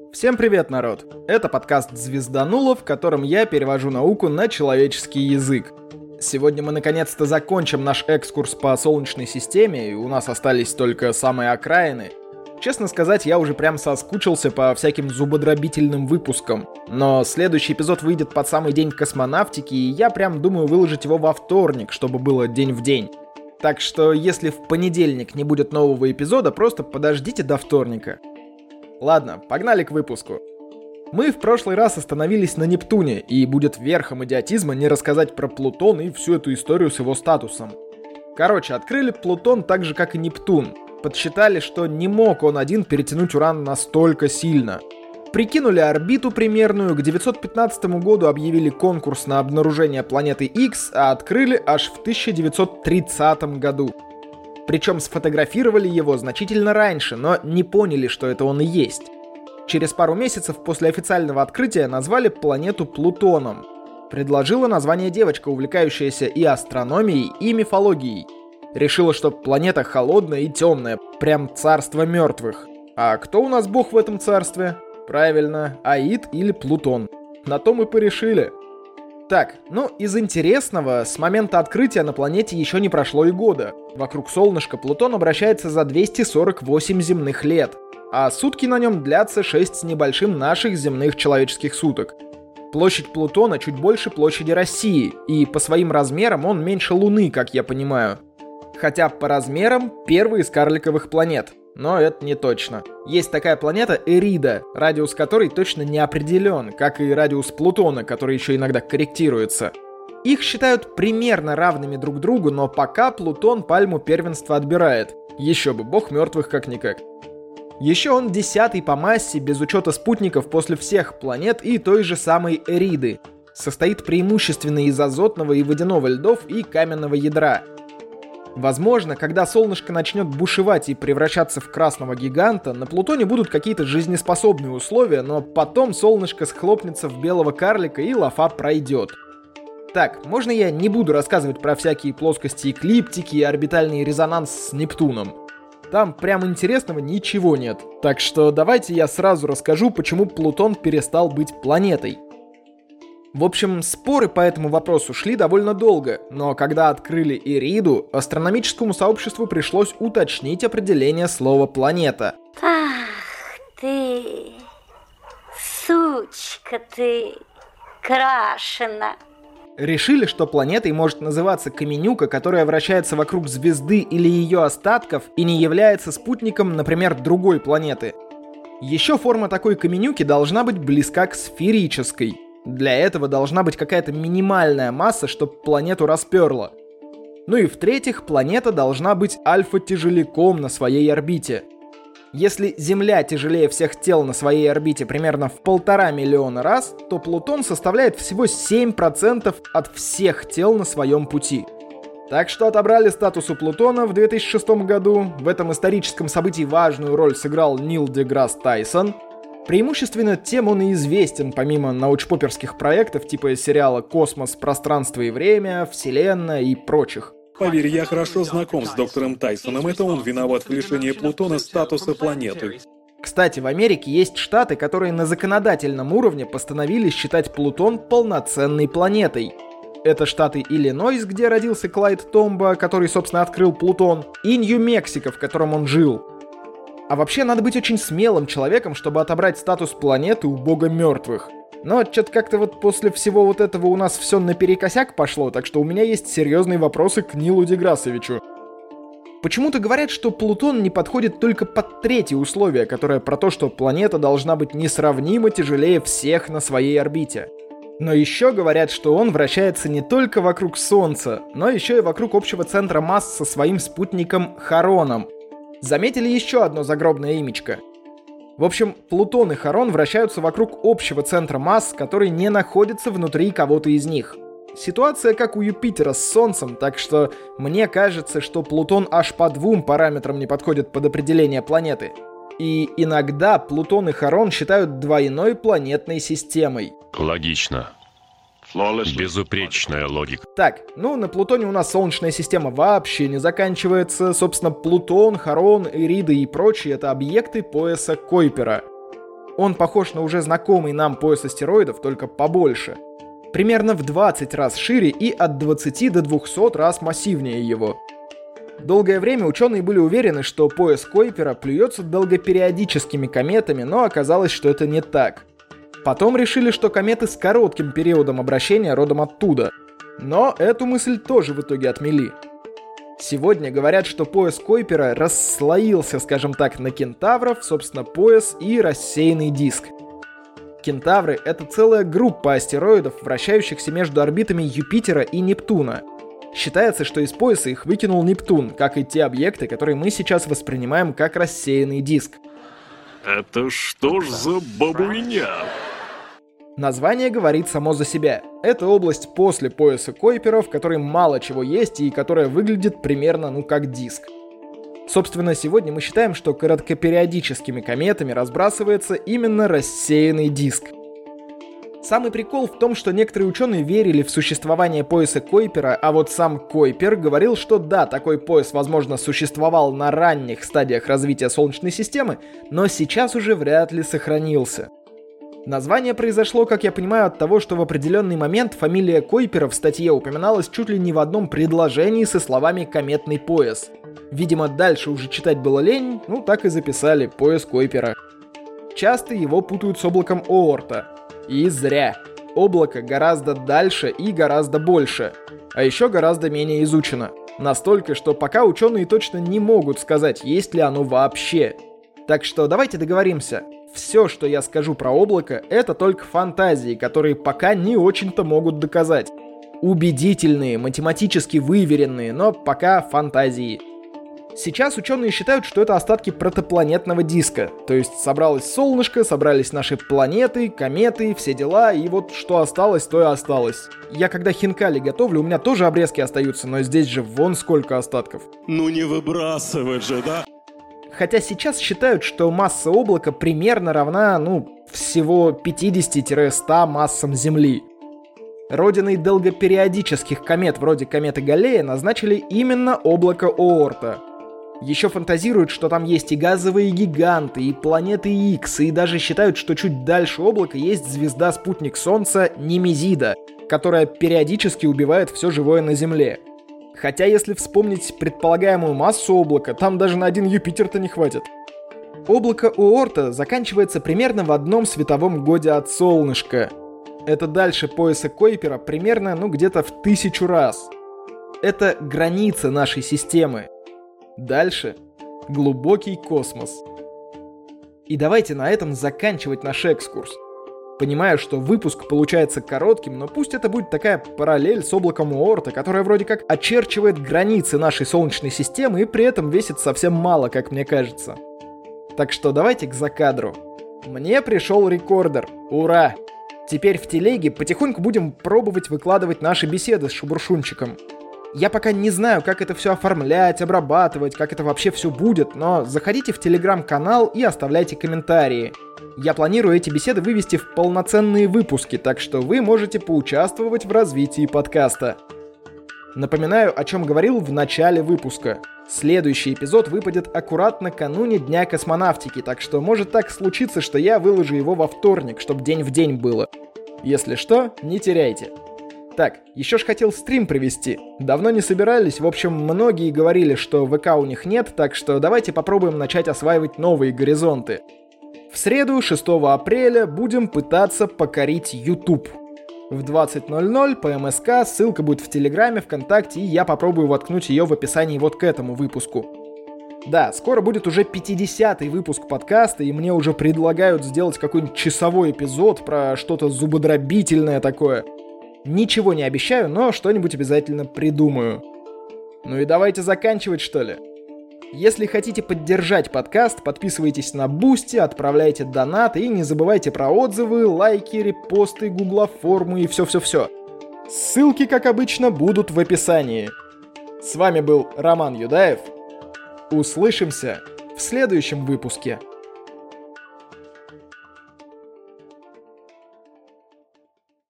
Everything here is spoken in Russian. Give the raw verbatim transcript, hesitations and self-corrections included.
Всем привет, народ! Это подкаст «Звездануло», в котором я перевожу науку на человеческий язык. Сегодня мы наконец-то закончим наш экскурс по Солнечной системе, и у нас остались только самые окраины. Честно сказать, я уже прям соскучился по всяким зубодробительным выпускам. Но следующий эпизод выйдет под самый день космонавтики, и я прям думаю выложить его во вторник, чтобы было день в день. Так что, если в понедельник не будет нового эпизода, просто подождите до вторника. Ладно, погнали к выпуску. Мы в прошлый раз остановились на Нептуне, и будет верхом идиотизма не рассказать про Плутон и всю эту историю с его статусом. Короче, открыли Плутон так же, как и Нептун. Подсчитали, что не мог он один перетянуть Уран настолько сильно. Прикинули орбиту примерную, к девятьсот пятнадцатому году объявили конкурс на обнаружение планеты Икс, а открыли аж в тысяча девятьсот тридцатом году. Причем сфотографировали его значительно раньше, но не поняли, что это он и есть. Через пару месяцев после официального открытия назвали планету Плутоном. Предложила название девочка, увлекающаяся и астрономией, и мифологией. Решила, что планета холодная и темная, прям царство мертвых. А кто у нас бог в этом царстве? Правильно, Аид или Плутон. На то мы порешили. Так, ну из интересного, с момента открытия на планете еще не прошло и года. Вокруг солнышка Плутон обращается за двести сорок восемь земных лет, а сутки на нем длятся шесть с небольшим наших земных человеческих суток. Площадь Плутона чуть больше площади России, и по своим размерам он меньше Луны, как я понимаю. Хотя по размерам первый из карликовых планет. Но это не точно. Есть такая планета Эрида, радиус которой точно не определен, как и радиус Плутона, который еще иногда корректируется. Их считают примерно равными друг другу, но пока Плутон пальму первенства отбирает. Еще бы, бог мертвых как-никак. Еще он десятый по массе, без учета спутников после всех планет и той же самой Эриды. Состоит преимущественно из азотного и водяного льдов и каменного ядра. Возможно, когда солнышко начнет бушевать и превращаться в красного гиганта, на Плутоне будут какие-то жизнеспособные условия, но потом солнышко схлопнется в белого карлика и лафа пройдет. Так, можно я не буду рассказывать про всякие плоскости эклиптики и орбитальный резонанс с Нептуном? Там прям интересного ничего нет. Так что давайте я сразу расскажу, почему Плутон перестал быть планетой. В общем, споры по этому вопросу шли довольно долго, но когда открыли Эриду, астрономическому сообществу пришлось уточнить определение слова «планета». Ах ты, сучка ты, крашена. Решили, что планетой может называться каменюка, которая вращается вокруг звезды или ее остатков и не является спутником, например, другой планеты. Еще форма такой каменюки должна быть близка к сферической. Для этого должна быть какая-то минимальная масса, чтобы планету расперло. Ну и в-третьих, планета должна быть альфа-тяжеляком на своей орбите. Если Земля тяжелее всех тел на своей орбите примерно в полтора миллиона раз, то Плутон составляет всего семь процентов от всех тел на своем пути. Так что отобрали статус у Плутона в две тысячи шестом году. В этом историческом событии важную роль сыграл Нил деграсс Тайсон. Преимущественно тем он и известен, помимо научпоперских проектов типа сериала «Космос, пространство и время», «Вселенная» и прочих. Поверь, я хорошо знаком с доктором Тайсоном. Это он виноват в лишении Плутона статуса планеты. Кстати, в Америке есть штаты, которые на законодательном уровне постановили считать Плутон полноценной планетой. Это штаты Иллинойс, где родился Клайд Томбо, который, собственно, открыл Плутон, и Нью-Мексико, в котором он жил. А вообще надо быть очень смелым человеком, чтобы отобрать статус планеты у бога мертвых. Но что-то как-то вот после всего вот этого у нас все наперекосяк пошло, так что у меня есть серьезные вопросы к Нилу Деграссовичу. Почему-то говорят, что Плутон не подходит только под третье условие, которое про то, что планета должна быть несравнимо тяжелее всех на своей орбите. Но еще говорят, что он вращается не только вокруг Солнца, но еще и вокруг общего центра масс со своим спутником Хароном. Заметили еще одно загробное имечко. В общем, Плутон и Харон вращаются вокруг общего центра масс, который не находится внутри кого-то из них. Ситуация как у Юпитера с Солнцем, так что мне кажется, что Плутон аж по двум параметрам не подходит под определение планеты. И иногда Плутон и Харон считают двойной планетной системой. Логично. Безупречная логика. Так, ну на Плутоне у нас Солнечная система вообще не заканчивается. Собственно, Плутон, Харон, Эрида и прочие — это объекты пояса Койпера. Он похож на уже знакомый нам пояс астероидов, только побольше. Примерно в двадцать раз шире и от двадцати до двухсот раз массивнее его. Долгое время ученые были уверены, что пояс Койпера плюется долгопериодическими кометами, но оказалось, что это не так. Потом решили, что кометы с коротким периодом обращения родом оттуда. Но эту мысль тоже в итоге отмели. Сегодня говорят, что пояс Койпера расслоился, скажем так, на кентавров, собственно, пояс и рассеянный диск. Кентавры — это целая группа астероидов, вращающихся между орбитами Юпитера и Нептуна. Считается, что из пояса их выкинул Нептун, как и те объекты, которые мы сейчас воспринимаем как рассеянный диск. Это что ж за бабуйня? Название говорит само за себя. Это область после пояса Койпера, в которой мало чего есть и которая выглядит примерно, ну, как диск. Собственно, сегодня мы считаем, что короткопериодическими кометами разбрасывается именно рассеянный диск. Самый прикол в том, что некоторые ученые верили в существование пояса Койпера, а вот сам Койпер говорил, что да, такой пояс, возможно, существовал на ранних стадиях развития Солнечной системы, но сейчас уже вряд ли сохранился. Название произошло, как я понимаю, от того, что в определенный момент фамилия Койпера в статье упоминалась чуть ли не в одном предложении со словами «кометный пояс». Видимо, дальше уже читать было лень, ну так и записали «пояс Койпера». Часто его путают с облаком Оорта. И зря. Облако гораздо дальше и гораздо больше. А еще гораздо менее изучено. Настолько, что пока ученые точно не могут сказать, есть ли оно вообще. Так что давайте договоримся. Все, что я скажу про облако, это только фантазии, которые пока не очень-то могут доказать. Убедительные, математически выверенные, но пока фантазии. Сейчас ученые считают, что это остатки протопланетного диска. То есть собралось солнышко, собрались наши планеты, кометы, все дела, и вот что осталось, то и осталось. Я когда хинкали готовлю, у меня тоже обрезки остаются, но здесь же вон сколько остатков. Ну не выбрасывать же, да? Хотя сейчас считают, что масса облака примерно равна, ну, всего пятидесяти-ста массам Земли. Родиной долгопериодических комет вроде кометы Галлея назначили именно облако Оорта. Еще фантазируют, что там есть и газовые гиганты, и планеты Икс, и даже считают, что чуть дальше облака есть звезда-спутник Солнца Немезида, которая периодически убивает все живое на Земле. Хотя, если вспомнить предполагаемую массу облака, там даже на один Юпитер-то не хватит. Облако Оорта заканчивается примерно в одном световом годе от солнышка. Это дальше пояса Койпера примерно, ну, где-то в тысячу раз. Это граница нашей системы. Дальше глубокий космос. И давайте на этом заканчивать наш экскурс. Понимаю, что выпуск получается коротким, но пусть это будет такая параллель с облаком Оорта, которая вроде как очерчивает границы нашей Солнечной системы и при этом весит совсем мало, как мне кажется. Так что давайте к закадру. Мне пришел рекордер. Ура! Теперь в телеге потихоньку будем пробовать выкладывать наши беседы с Шубуршунчиком. Я пока не знаю, как это все оформлять, обрабатывать, как это вообще все будет, но заходите в телеграм-канал и оставляйте комментарии. Я планирую эти беседы вывести в полноценные выпуски, так что вы можете поучаствовать в развитии подкаста. Напоминаю, о чем говорил в начале выпуска. Следующий эпизод выпадет аккурат накануне Дня космонавтики, так что может так случиться, что я выложу его во вторник, чтобы день в день было. Если что, не теряйте. Так, еще ж хотел стрим провести. Давно не собирались, в общем, многие говорили, что ВК у них нет, так что давайте попробуем начать осваивать новые горизонты. В среду, шестого апреля, будем пытаться покорить YouTube. В двадцать ноль ноль по эм эс ка, ссылка будет в Телеграме, ВКонтакте, и я попробую воткнуть ее в описании вот к этому выпуску. Да, скоро будет уже пятидесятый выпуск подкаста, и мне уже предлагают сделать какой-нибудь часовой эпизод про что-то зубодробительное такое. Ничего не обещаю, но что-нибудь обязательно придумаю. Ну и давайте заканчивать, что ли. Если хотите поддержать подкаст, подписывайтесь на Бусти, отправляйте донаты и не забывайте про отзывы, лайки, репосты, гуглоформы и все-все-все. Ссылки, как обычно, будут в описании. С вами был Роман Юдаев. Услышимся в следующем выпуске.